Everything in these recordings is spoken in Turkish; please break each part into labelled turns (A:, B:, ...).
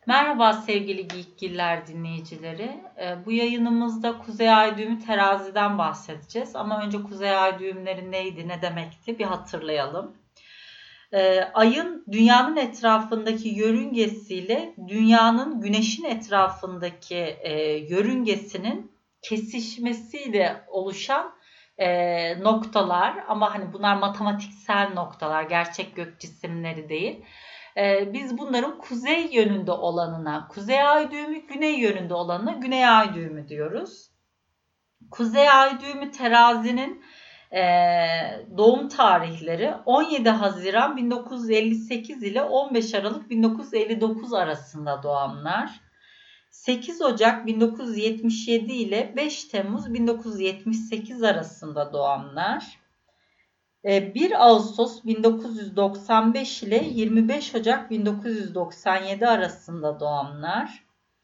A: Merhaba sevgili Geekgiller dinleyicileri. Bu yayınımızda Kuzey Ay düğümü teraziden bahsedeceğiz. Ama önce Kuzey Ay düğümleri neydi, ne demekti bir hatırlayalım. Ayın dünyanın etrafındaki yörüngesiyle dünyanın güneşin etrafındaki yörüngesinin kesişmesiyle oluşan noktalar. Ama hani bunlar matematiksel noktalar, gerçek gök cisimleri değil. Biz bunların kuzey yönünde olanına kuzey ay düğümü, güney yönünde olanına güney ay düğümü diyoruz. Kuzey ay düğümü terazinin doğum tarihleri 17 Haziran 1958 ile 15 Aralık 1959 arasında doğanlar. 8 Ocak 1977 ile 5 Temmuz 1978 arasında doğanlar. 1 Ağustos 1995 ile 25 Ocak 1997 arasında doğanlar.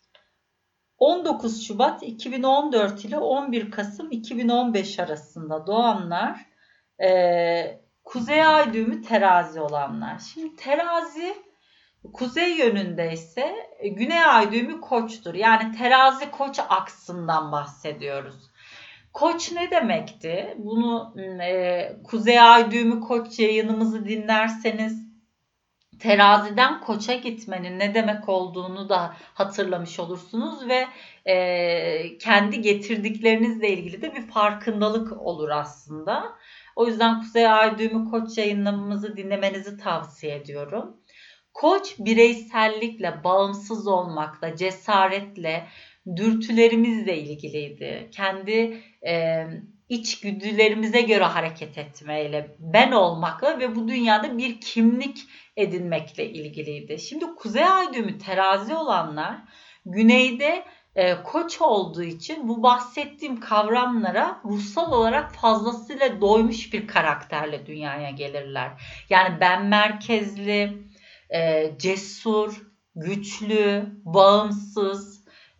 A: 19 Şubat 2014 ile 11 Kasım 2015 arasında doğanlar. Kuzey ay düğümü terazi olanlar. Şimdi terazi kuzey yönünde ise güney ay düğümü koçtur. Yani terazi koç aksından bahsediyoruz. Koç ne demekti? Bunu Kuzey Ay düğümü koç yayınımızı dinlerseniz teraziden koça gitmenin ne demek olduğunu da hatırlamış olursunuz ve kendi getirdiklerinizle ilgili de bir farkındalık olur aslında. O yüzden Kuzey Ay düğümü koç yayınımızı dinlemenizi tavsiye ediyorum. Koç bireysellikle, bağımsız olmakla, cesaretle, dürtülerimizle ilgiliydi. Kendi içgüdülerimize göre hareket etmeyle, ben olmakla ve bu dünyada bir kimlik edinmekle ilgiliydi. Şimdi Kuzey Ay düğümü terazi olanlar güneyde koç olduğu için bu bahsettiğim kavramlara ruhsal olarak fazlasıyla doymuş bir karakterle dünyaya gelirler. Yani ben merkezli, cesur, güçlü, bağımsız,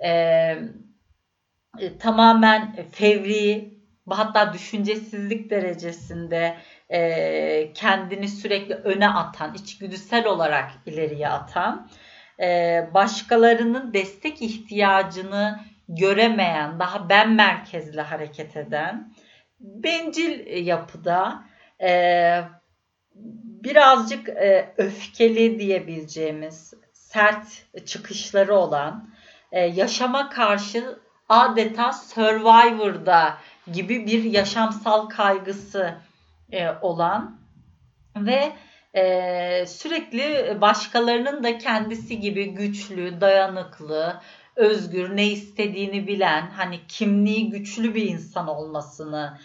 A: tamamen fevri, hatta düşüncesizlik derecesinde kendini sürekli öne atan, içgüdüsel olarak ileriye atan, başkalarının destek ihtiyacını göremeyen, daha ben merkezli hareket eden, bencil yapıda, birazcık öfkeli diyebileceğimiz, sert çıkışları olan, yaşama karşı adeta Survivor'da gibi bir yaşamsal kaygısı olan ve sürekli başkalarının da kendisi gibi güçlü, dayanıklı, özgür, ne istediğini bilen, hani kimliği güçlü bir insan olmasını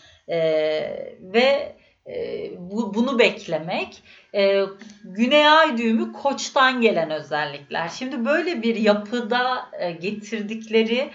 A: ve bunu beklemek. Güney ay düğümü koçtan gelen özellikler. Şimdi böyle bir yapıda getirdikleri,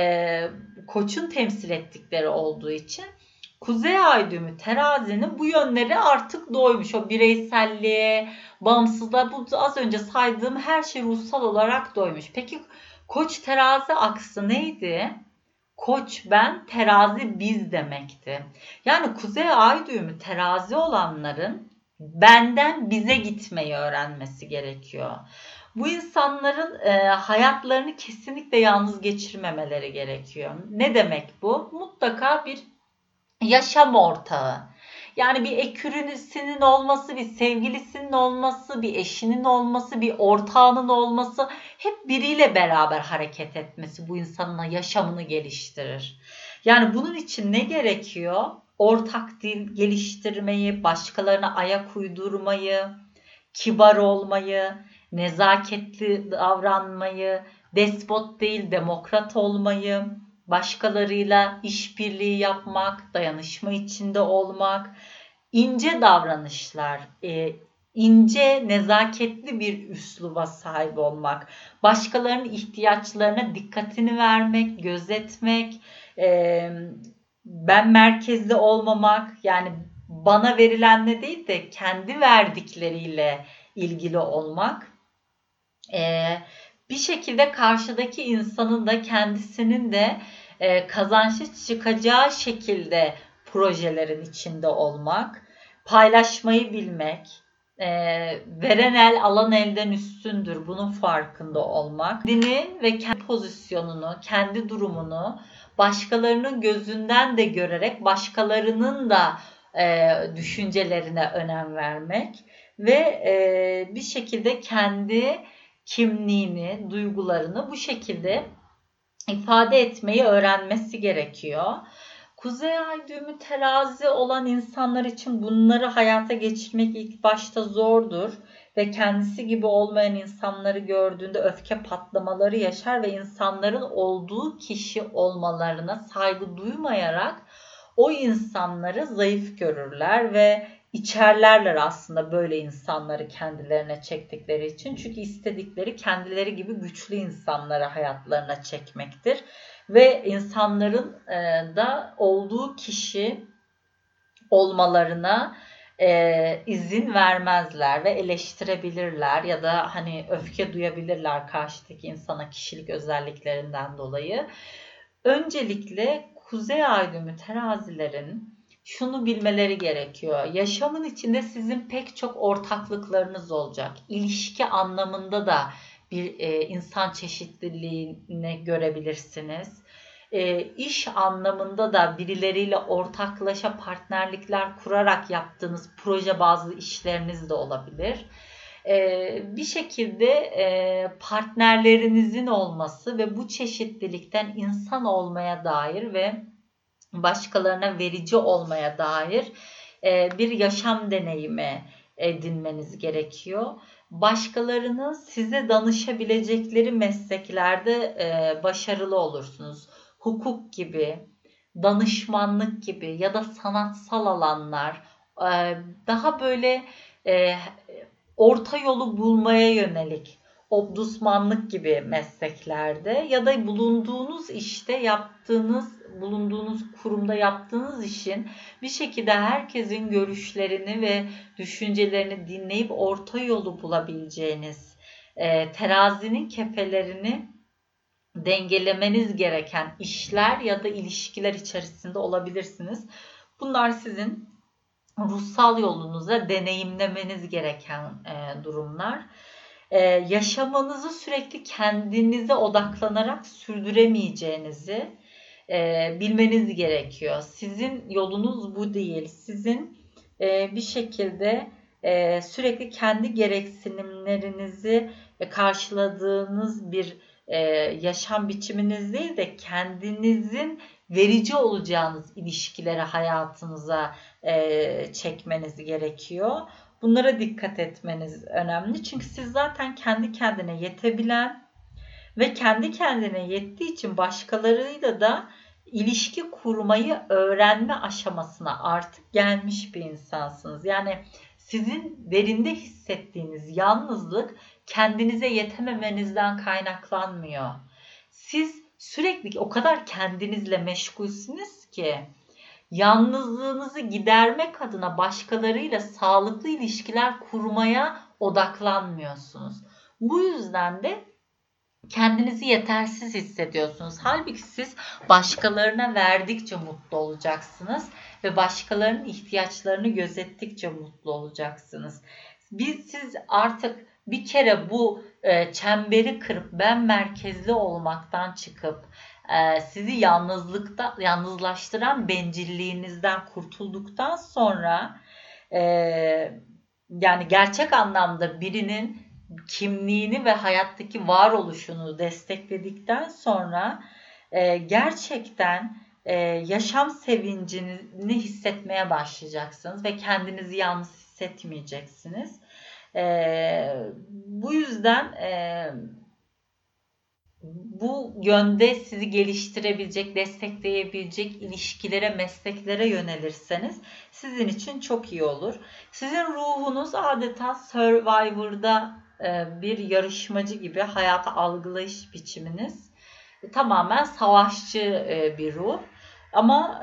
A: koçun temsil ettikleri olduğu için Kuzey ay düğümü terazinin bu yönleri artık doymuş. O bireyselliğe, bağımsızlığa, bu az önce saydığım her şey ruhsal olarak doymuş. Peki koç terazi aksı neydi? Koç ben, terazi biz demekti. Yani Kuzey ay düğümü terazi olanların benden bize gitmeyi öğrenmesi gerekiyor. Bu insanların hayatlarını kesinlikle yalnız geçirmemeleri gerekiyor. Ne demek bu? Mutlaka bir yaşam ortağı. Yani bir ekürüsünün olması, bir sevgilisinin olması, bir eşinin olması, bir ortağının olması, hep biriyle beraber hareket etmesi bu insanın yaşamını geliştirir. Yani bunun için ne gerekiyor? Ortak dil geliştirmeyi, başkalarına ayak uydurmayı, kibar olmayı, nezaketli davranmayı, despot değil demokrat olmayı, başkalarıyla işbirliği yapmak, dayanışma içinde olmak, ince davranışlar, ince, nezaketli bir üsluba sahip olmak, başkalarının ihtiyaçlarına dikkatini vermek, gözetmek, ben merkezli olmamak, yani bana verilenle değil de kendi verdikleriyle ilgili olmak, bir şekilde karşıdaki insanın da kendisinin de kazançlı çıkacağı şekilde projelerin içinde olmak, paylaşmayı bilmek, veren el alan elden üstündür. Bunun farkında olmak. Kendini ve kendi pozisyonunu, kendi durumunu başkalarının gözünden de görerek başkalarının da düşüncelerine önem vermek ve bir şekilde kendi kimliğini, duygularını bu şekilde ifade etmeyi öğrenmesi gerekiyor. Kuzey ay düğümü terazi olan insanlar için bunları hayata geçirmek ilk başta zordur ve kendisi gibi olmayan insanları gördüğünde öfke patlamaları yaşar ve insanların olduğu kişi olmalarına saygı duymayarak o insanları zayıf görürler ve içerlerler aslında böyle insanları kendilerine çektikleri için. Çünkü istedikleri kendileri gibi güçlü insanları hayatlarına çekmektir. Ve insanların da olduğu kişi olmalarına izin vermezler ve eleştirebilirler ya da hani öfke duyabilirler karşıdaki insana kişilik özelliklerinden dolayı. Öncelikle Kuzey ay düğümü terazilerin şunu bilmeleri gerekiyor. Yaşamın içinde sizin pek çok ortaklıklarınız olacak. İlişki anlamında da bir insan çeşitliliğini görebilirsiniz. İş anlamında da birileriyle ortaklaşa partnerlikler kurarak yaptığınız proje bazlı işleriniz de olabilir. Bir şekilde partnerlerinizin olması ve bu çeşitlilikten insan olmaya dair ve başkalarına verici olmaya dair bir yaşam deneyimi edinmeniz gerekiyor. Başkalarının size danışabilecekleri mesleklerde başarılı olursunuz. Hukuk gibi, danışmanlık gibi ya da sanatsal alanlar, daha böyle orta yolu bulmaya yönelik ombudsmanlık gibi mesleklerde ya da bulunduğunuz işte bulunduğunuz kurumda yaptığınız işin bir şekilde herkesin görüşlerini ve düşüncelerini dinleyip orta yolu bulabileceğiniz, terazinin kefelerini dengelemeniz gereken işler ya da ilişkiler içerisinde olabilirsiniz. Bunlar sizin ruhsal yolunuza deneyimlemeniz gereken durumlar. Yaşamanızı sürekli kendinize odaklanarak sürdüremeyeceğinizi bilmeniz gerekiyor. Sizin yolunuz bu değil. Sizin bir şekilde sürekli kendi gereksinimlerinizi karşıladığınız bir yaşam biçiminiz değil de kendinizin verici olacağınız ilişkileri hayatınıza çekmeniz gerekiyor. Bunlara dikkat etmeniz önemli. Çünkü siz zaten kendi kendine yetebilen ve kendi kendine yettiği için başkalarıyla da ilişki kurmayı öğrenme aşamasına artık gelmiş bir insansınız. Yani sizin derinde hissettiğiniz yalnızlık kendinize yetememenizden kaynaklanmıyor. Siz sürekli o kadar kendinizle meşgulsünüz ki yalnızlığınızı gidermek adına başkalarıyla sağlıklı ilişkiler kurmaya odaklanmıyorsunuz. Bu yüzden de kendinizi yetersiz hissediyorsunuz. Halbuki siz başkalarına verdikçe mutlu olacaksınız ve başkalarının ihtiyaçlarını gözettikçe mutlu olacaksınız. Siz artık bir kere bu çemberi kırıp ben merkezli olmaktan çıkıp sizi yalnızlaştıran bencilliğinizden kurtulduktan sonra yani gerçek anlamda birinin kimliğini ve hayattaki varoluşunu destekledikten sonra gerçekten yaşam sevincini hissetmeye başlayacaksınız ve kendinizi yalnız hissetmeyeceksiniz. Bu yüzden bu yönde sizi geliştirebilecek, destekleyebilecek ilişkilere, mesleklere yönelirseniz sizin için çok iyi olur. Sizin ruhunuz adeta Survivor'da bir yarışmacı gibi hayata algılayış biçiminiz tamamen savaşçı bir ruh. Ama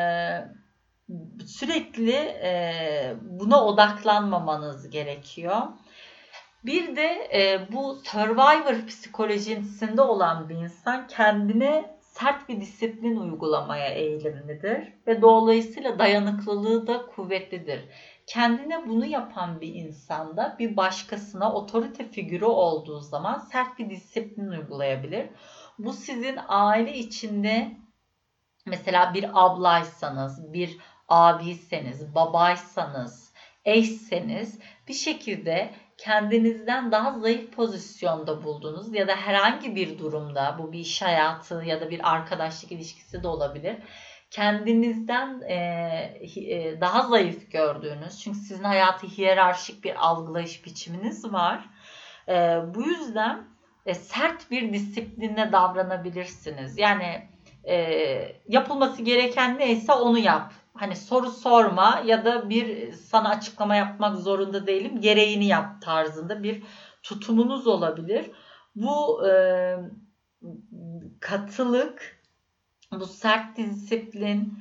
A: sürekli buna odaklanmamanız gerekiyor. Bir de bu Survivor psikolojisinde olan bir insan kendine sert bir disiplin uygulamaya eğilimlidir ve dolayısıyla dayanıklılığı da kuvvetlidir. Kendine bunu yapan bir insanda bir başkasına otorite figürü olduğu zaman sert bir disiplin uygulayabilir. Bu sizin aile içinde mesela bir ablaysanız, bir abiyseniz, babaysanız, eşseniz bir şekilde kendinizden daha zayıf pozisyonda buldunuz ya da herhangi bir durumda, bu bir iş hayatı ya da bir arkadaşlık ilişkisi de olabilir, kendinizden daha zayıf gördüğünüz, çünkü sizin hayatı hiyerarşik bir algılayış biçiminiz var. Bu yüzden sert bir disiplinle davranabilirsiniz. Yani yapılması gereken neyse onu yap. Hani soru sorma ya da bir sana açıklama yapmak zorunda değilim, gereğini yap tarzında bir tutumunuz olabilir. Bu katılık, bu sert disiplin,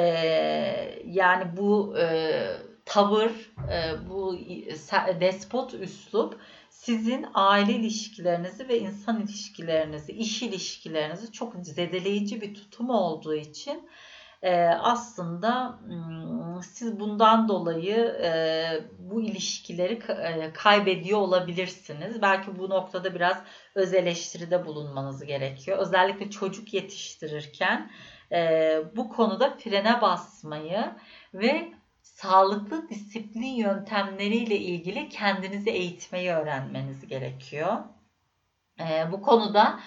A: yani bu tavır, bu despot üslup sizin aile ilişkilerinizi ve insan ilişkilerinizi, iş ilişkilerinizi çok zedeleyici bir tutum olduğu için aslında siz bundan dolayı bu ilişkileri kaybediyor olabilirsiniz. Belki bu noktada biraz öz eleştiride bulunmanız gerekiyor. Özellikle çocuk yetiştirirken bu konuda frene basmayı ve sağlıklı disiplin yöntemleriyle ilgili kendinizi eğitmeyi öğrenmeniz gerekiyor. Bu konuda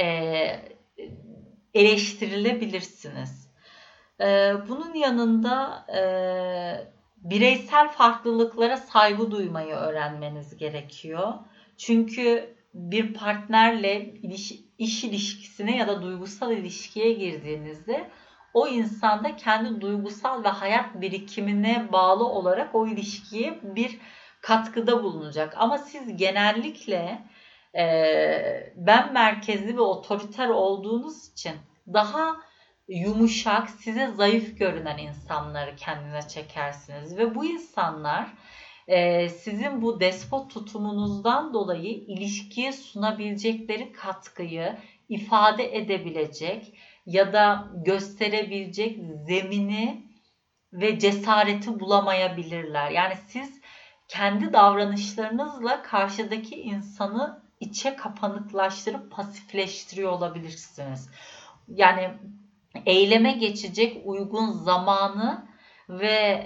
A: eleştirilebilirsiniz. Bunun yanında bireysel farklılıklara saygı duymayı öğrenmeniz gerekiyor. Çünkü bir partnerle iş ilişkisine ya da duygusal ilişkiye girdiğinizde o insan da kendi duygusal ve hayat birikimine bağlı olarak o ilişkiye bir katkıda bulunacak. Ama siz genellikle ben merkezli ve otoriter olduğunuz için daha yumuşak, size zayıf görünen insanları kendine çekersiniz. Ve bu insanlar sizin bu despot tutumunuzdan dolayı ilişkiye sunabilecekleri katkıyı ifade edebilecek ya da gösterebilecek zemini ve cesareti bulamayabilirler. Yani siz kendi davranışlarınızla karşıdaki insanı içe kapanıklaştırıp pasifleştiriyor olabilirsiniz. Yani eyleme geçecek uygun zamanı ve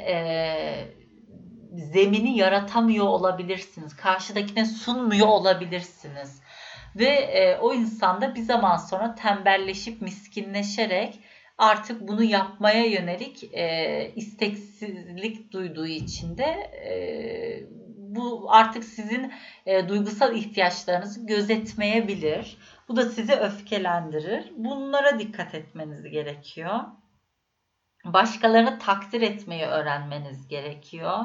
A: zemini yaratamıyor olabilirsiniz. Karşıdakine sunmuyor olabilirsiniz. Ve o insan da bir zaman sonra tembelleşip miskinleşerek artık bunu yapmaya yönelik isteksizlik duyduğu için de bu artık sizin duygusal ihtiyaçlarınızı gözetmeyebilir. Bu da sizi öfkelendirir. Bunlara dikkat etmeniz gerekiyor. Başkalarını takdir etmeyi öğrenmeniz gerekiyor.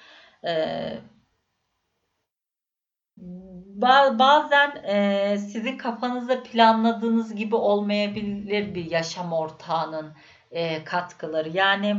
A: Bazen sizin kafanızda planladığınız gibi olmayabilir bir yaşam ortağının katkıları. Yani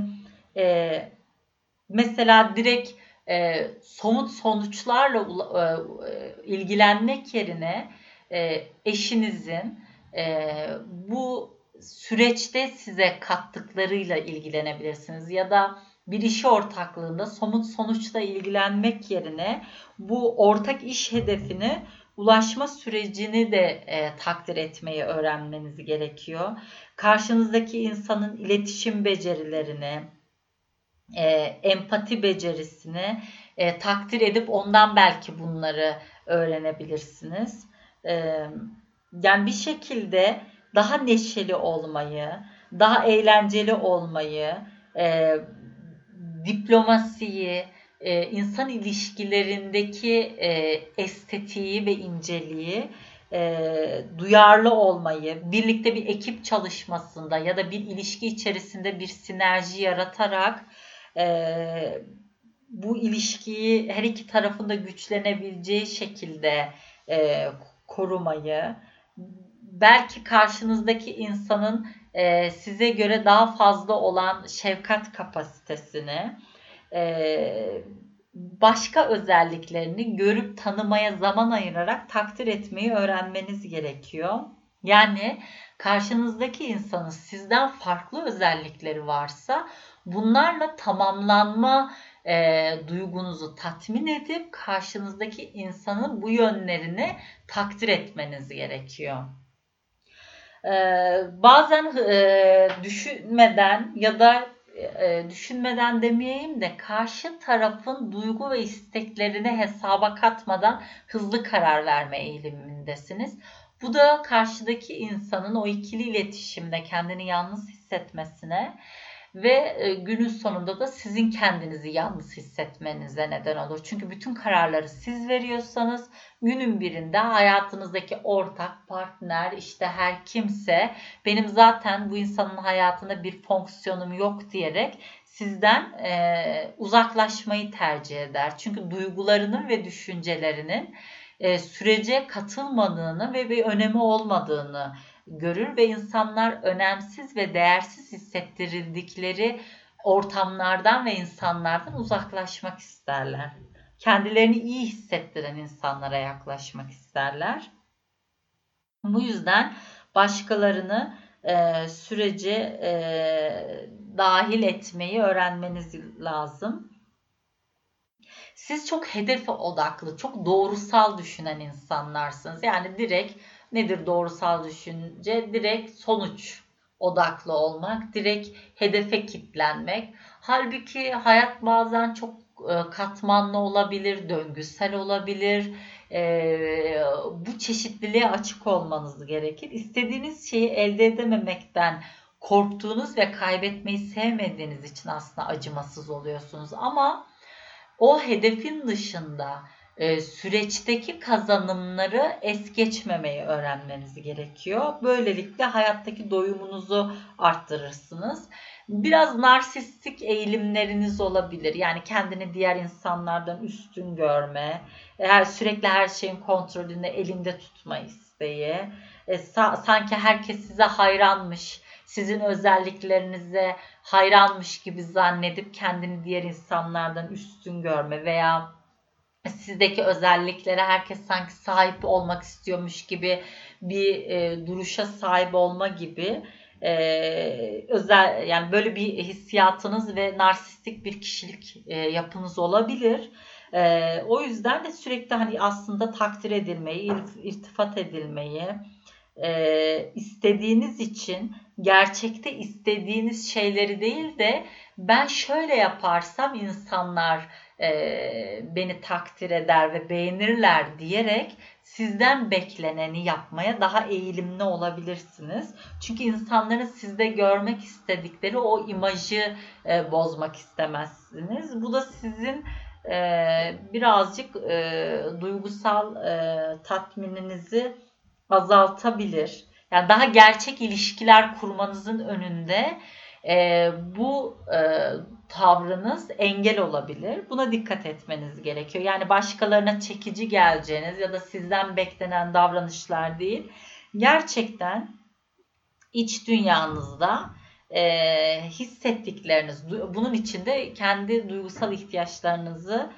A: mesela direkt somut sonuçlarla ilgilenmek yerine eşinizin bu süreçte size kattıklarıyla ilgilenebilirsiniz. Ya da bir iş ortaklığında somut sonuçla ilgilenmek yerine bu ortak iş hedefine ulaşma sürecini de takdir etmeyi öğrenmeniz gerekiyor. Karşınızdaki insanın iletişim becerilerini, empati becerisini takdir edip ondan belki bunları öğrenebilirsiniz. Yani bir şekilde daha neşeli olmayı, daha eğlenceli olmayı, diplomasiyi, insan ilişkilerindeki estetiği ve inceliği, duyarlı olmayı, birlikte bir ekip çalışmasında ya da bir ilişki içerisinde bir sinerji yaratarak bu ilişkiyi her iki tarafında güçlenebileceği şekilde korumayı, belki karşınızdaki insanın size göre daha fazla olan şefkat kapasitesini, başka özelliklerini görüp tanımaya zaman ayırarak takdir etmeyi öğrenmeniz gerekiyor. Yani karşınızdaki insanın sizden farklı özellikleri varsa bunlarla tamamlanma duygunuzu tatmin edip karşınızdaki insanın bu yönlerini takdir etmeniz gerekiyor. Bazen düşünmeden ya da düşünmeden demeyeyim de karşı tarafın duygu ve isteklerini hesaba katmadan hızlı karar verme eğilimindesiniz. Bu da karşıdaki insanın o ikili iletişimde kendini yalnız hissetmesine ve günün sonunda da sizin kendinizi yalnız hissetmenize neden olur. Çünkü bütün kararları siz veriyorsanız günün birinde hayatınızdaki ortak, partner, işte her kimse benim zaten bu insanın hayatında bir fonksiyonum yok diyerek sizden uzaklaşmayı tercih eder. Çünkü duygularının ve düşüncelerinin sürece katılmadığını ve bir önemi olmadığını görür ve insanlar önemsiz ve değersiz hissettirildikleri ortamlardan ve insanlardan uzaklaşmak isterler. Kendilerini iyi hissettiren insanlara yaklaşmak isterler. Bu yüzden başkalarını sürece dahil etmeyi öğrenmeniz lazım. Siz çok hedef odaklı, çok doğrusal düşünen insanlarsınız. Yani direkt nedir doğrusal düşünce? Direkt sonuç odaklı olmak, direkt hedefe kitlenmek. Halbuki hayat bazen çok katmanlı olabilir, döngüsel olabilir. Bu çeşitliliğe açık olmanız gerekir. İstediğiniz şeyi elde edememekten korktuğunuz ve kaybetmeyi sevmediğiniz için aslında acımasız oluyorsunuz. Ama o hedefin dışında süreçteki kazanımları es geçmemeyi öğrenmeniz gerekiyor. Böylelikle hayattaki doyumunuzu arttırırsınız. Biraz narsistik eğilimleriniz olabilir. Yani kendini diğer insanlardan üstün görme, sürekli her şeyin kontrolünü elinde tutma isteği, sanki herkes size hayranmış, sizin özelliklerinize hayranmış gibi zannedip kendini diğer insanlardan üstün görme veya sizdeki özelliklere herkes sanki sahip olmak istiyormuş gibi bir duruşa sahip olma gibi yani böyle bir hissiyatınız ve narsistik bir kişilik yapınız olabilir. O yüzden de sürekli hani aslında takdir edilmeyi, irtifat edilmeyi istediğiniz için gerçekte istediğiniz şeyleri değil de ben şöyle yaparsam insanlar beni takdir eder ve beğenirler diyerek sizden bekleneni yapmaya daha eğilimli olabilirsiniz. Çünkü insanların sizde görmek istedikleri o imajı bozmak istemezsiniz. Bu da sizin birazcık duygusal tatmininizi azaltabilir. Yani daha gerçek ilişkiler kurmanızın önünde bu tavrınız engel olabilir. Buna dikkat etmeniz gerekiyor. Yani başkalarına çekici geleceğiniz ya da sizden beklenen davranışlar değil, gerçekten iç dünyanızda hissettikleriniz, bunun içinde kendi duygusal ihtiyaçlarınızı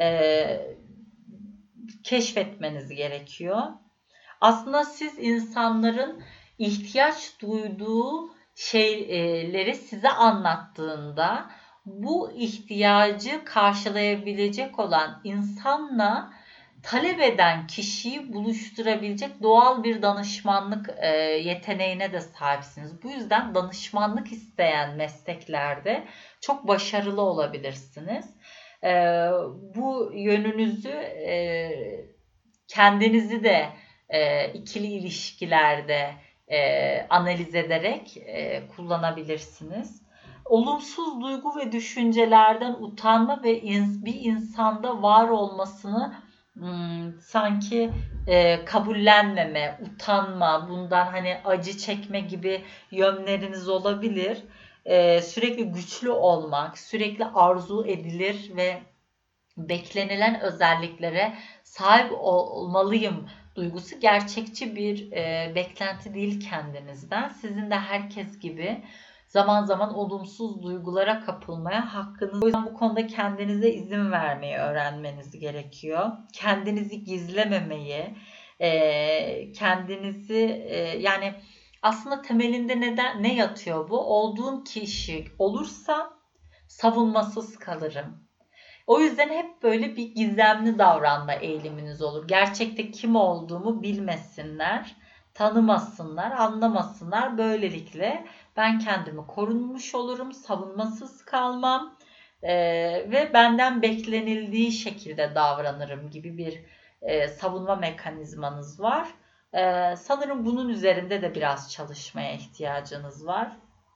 A: keşfetmeniz gerekiyor. Aslında siz insanların ihtiyaç duyduğu şeyleri size anlattığında bu ihtiyacı karşılayabilecek olan insanla talep eden kişiyi buluşturabilecek doğal bir danışmanlık yeteneğine de sahipsiniz. Bu yüzden danışmanlık isteyen mesleklerde çok başarılı olabilirsiniz. Bu yönünüzü kendinizi de ikili ilişkilerde analiz ederek kullanabilirsiniz. Olumsuz duygu ve düşüncelerden utanma ve bir insanda var olmasını sanki kabullenmeme, utanma, bundan hani acı çekme gibi yönleriniz olabilir. Sürekli güçlü olmak, sürekli arzu edilir ve beklenilen özelliklere sahip olmalıyım duygusu gerçekçi bir beklenti değil kendinizden. Sizin de herkes gibi zaman zaman olumsuz duygulara kapılmaya hakkınız. O yüzden bu konuda kendinize izin vermeyi öğrenmeniz gerekiyor. Kendinizi gizlememeyi, kendinizi yani aslında temelinde ne yatıyor bu? Olduğum kişi olursa savunmasız kalırım. O yüzden hep böyle bir gizemli davranma eğiliminiz olur. Gerçekte kim olduğumu bilmesinler, tanımasınlar, anlamasınlar. Böylelikle ben kendimi korunmuş olurum, savunmasız kalmam ve benden beklenildiği şekilde davranırım gibi bir savunma mekanizmanız var. Sanırım bunun üzerinde de biraz çalışmaya ihtiyacınız var.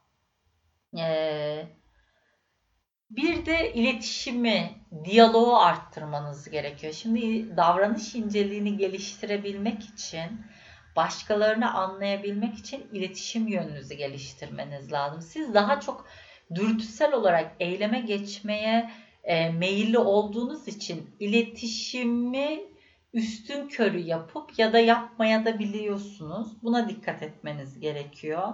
A: Bir de iletişimi, diyaloğu arttırmanız gerekiyor. Şimdi davranış inceliğini geliştirebilmek için, başkalarını anlayabilmek için iletişim yönünüzü geliştirmeniz lazım. Siz daha çok dürtüsel olarak eyleme geçmeye meyilli olduğunuz için iletişimi üstünkörü yapıp ya da yapmaya da biliyorsunuz. Buna dikkat etmeniz gerekiyor.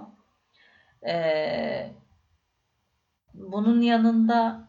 A: Bunun yanında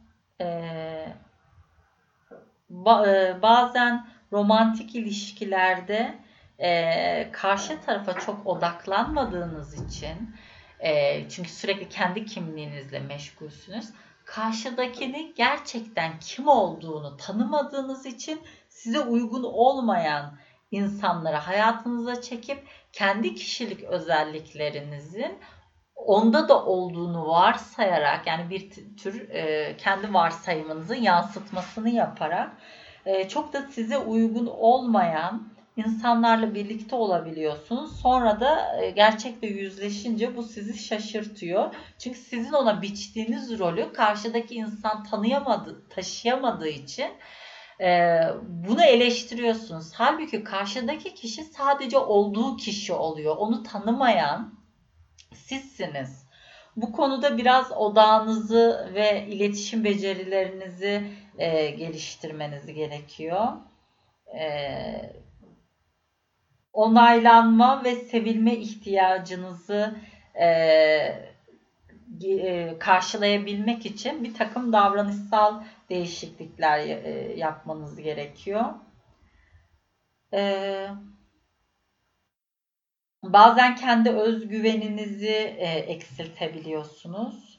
A: bazen romantik ilişkilerde karşı tarafa çok odaklanmadığınız için, çünkü sürekli kendi kimliğinizle meşgulsünüz, karşıdakini gerçekten kim olduğunu tanımadığınız için size uygun olmayan insanları hayatınıza çekip kendi kişilik özelliklerinizin onda da olduğunu varsayarak, yani bir tür kendi varsayımınızın yansıtmasını yaparak çok da size uygun olmayan insanlarla birlikte olabiliyorsunuz. Sonra da gerçekle yüzleşince bu sizi şaşırtıyor. Çünkü sizin ona biçtiğiniz rolü karşıdaki insan taşıyamadığı için bunu eleştiriyorsunuz. Halbuki karşıdaki kişi sadece olduğu kişi oluyor. Onu tanımayan sizsiniz. Bu konuda biraz odağınızı ve iletişim becerilerinizi geliştirmeniz gerekiyor. Onaylanma ve sevilme ihtiyacınızı karşılayabilmek için bir takım davranışsal değişiklikler yapmanız gerekiyor. Bazen kendi özgüveninizi eksiltebiliyorsunuz.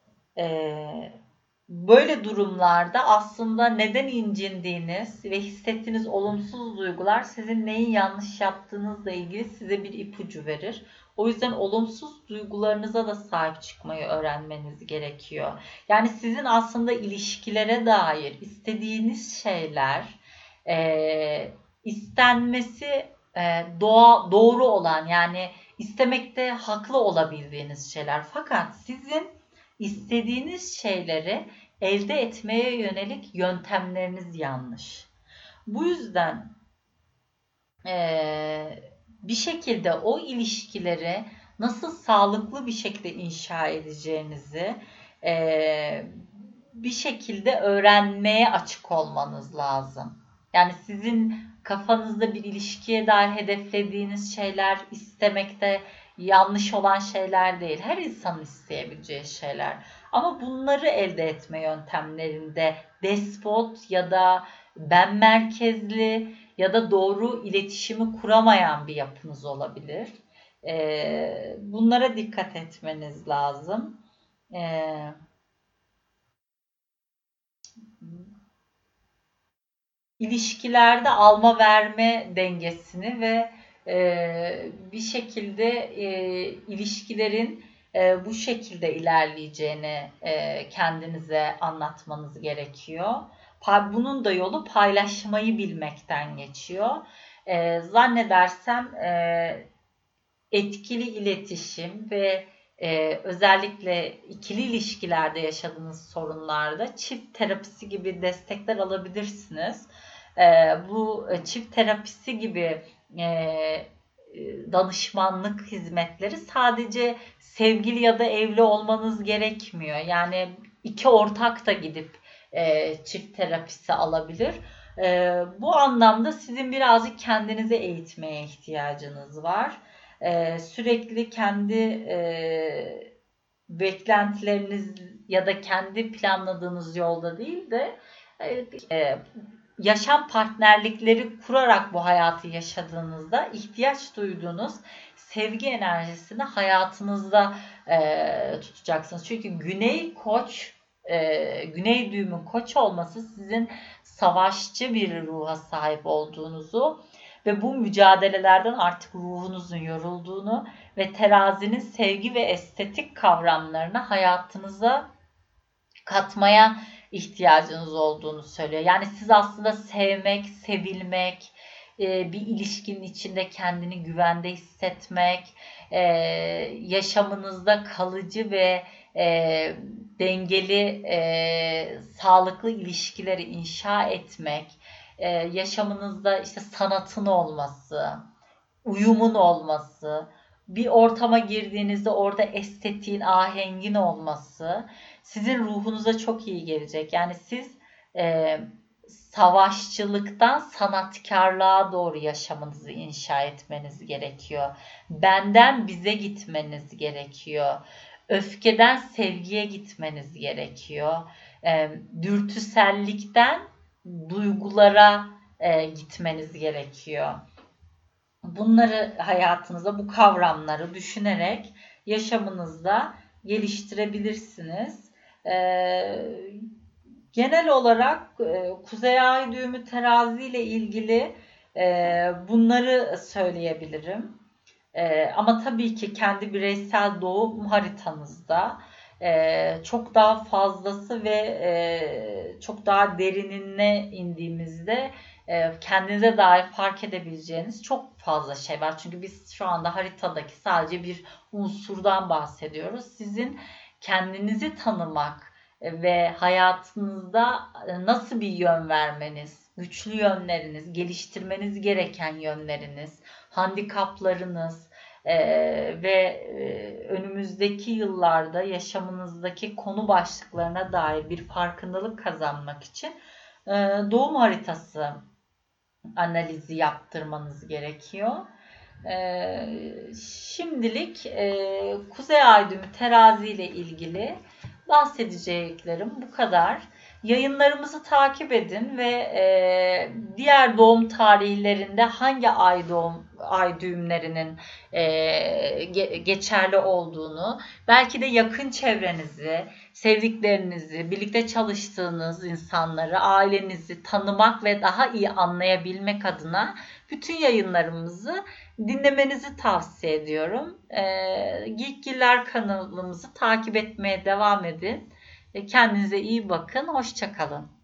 A: Böyle durumlarda aslında neden incindiğiniz ve hissettiğiniz olumsuz duygular sizin neyi yanlış yaptığınızla ilgili size bir ipucu verir. O yüzden olumsuz duygularınıza da sahip çıkmayı öğrenmeniz gerekiyor. Yani sizin aslında ilişkilere dair istediğiniz şeyler, istenmesi doğru olan, yani istemekte haklı olabildiğiniz şeyler. Fakat sizin istediğiniz şeyleri elde etmeye yönelik yöntemleriniz yanlış. Bu yüzden bir şekilde o ilişkileri nasıl sağlıklı bir şekilde inşa edeceğinizi bir şekilde öğrenmeye açık olmanız lazım. Yani sizin kafanızda bir ilişkiye dair hedeflediğiniz şeyler istemekte yanlış olan şeyler değil. Her insanın isteyebileceği şeyler. Ama bunları elde etme yöntemlerinde despot ya da ben merkezli ya da doğru iletişimi kuramayan bir yapınız olabilir. Bunlara dikkat etmeniz lazım. İlişkilerde alma verme dengesini ve bir şekilde ilişkilerin bu şekilde ilerleyeceğini kendinize anlatmanız gerekiyor. Bunun da yolu paylaşmayı bilmekten geçiyor. Zannedersem etkili iletişim ve özellikle ikili ilişkilerde yaşadığınız sorunlarda çift terapisi gibi destekler alabilirsiniz. Bu çift terapisi gibi danışmanlık hizmetleri sadece sevgili ya da evli olmanız gerekmiyor. Yani iki ortak da gidip çift terapisi alabilir. Bu anlamda sizin birazcık kendinizi eğitmeye ihtiyacınız var. Sürekli kendi beklentileriniz ya da kendi planladığınız yolda değil de yaşam partnerlikleri kurarak bu hayatı yaşadığınızda ihtiyaç duyduğunuz sevgi enerjisini hayatınızda tutacaksınız. Çünkü Güney Koç Güney düğümün Koç olması sizin savaşçı bir ruha sahip olduğunuzu ve bu mücadelelerden artık ruhunuzun yorulduğunu ve terazinin sevgi ve estetik kavramlarını hayatınıza katmaya ihtiyacınız olduğunu söylüyor. Yani siz aslında sevmek, sevilmek, bir ilişkinin içinde kendini güvende hissetmek, yaşamınızda kalıcı ve dengeli, sağlıklı ilişkileri inşa etmek, yaşamınızda işte sanatın olması, uyumun olması, bir ortama girdiğinizde orada estetiğin, ahengin olması sizin ruhunuza çok iyi gelecek. Yani siz savaşçılıktan sanatkarlığa doğru yaşamınızı inşa etmeniz gerekiyor. Benden bize gitmeniz gerekiyor. Öfkeden sevgiye gitmeniz gerekiyor. Dürtüsellikten duygulara gitmeniz gerekiyor. Bunları hayatınızda, bu kavramları düşünerek yaşamınızda geliştirebilirsiniz. Genel olarak Kuzey Ay düğümü terazi ile ilgili bunları söyleyebilirim. Ama tabii ki kendi bireysel doğum haritanızda çok daha fazlası ve çok daha derinine indiğimizde kendinize dair fark edebileceğiniz çok fazla şey var. Çünkü biz şu anda haritadaki sadece bir unsurdan bahsediyoruz. Sizin kendinizi tanımak ve hayatınızda nasıl bir yön vermeniz, güçlü yönleriniz, geliştirmeniz gereken yönleriniz, handikaplarınız ve önümüzdeki yıllarda yaşamınızdaki konu başlıklarına dair bir farkındalık kazanmak için doğum haritası analizi yaptırmanız gerekiyor. Şimdilik Kuzey Ay düğümü terazi ile ilgili bahsedeceklerim bu kadar. Yayınlarımızı takip edin ve diğer doğum tarihlerinde hangi ay düğümlerinin geçerli olduğunu, belki de yakın çevrenizi, sevdiklerinizi, birlikte çalıştığınız insanları, ailenizi tanımak ve daha iyi anlayabilmek adına bütün yayınlarımızı dinlemenizi tavsiye ediyorum. Geekgiller kanalımızı takip etmeye devam edin. Kendinize iyi bakın. Hoşça kalın.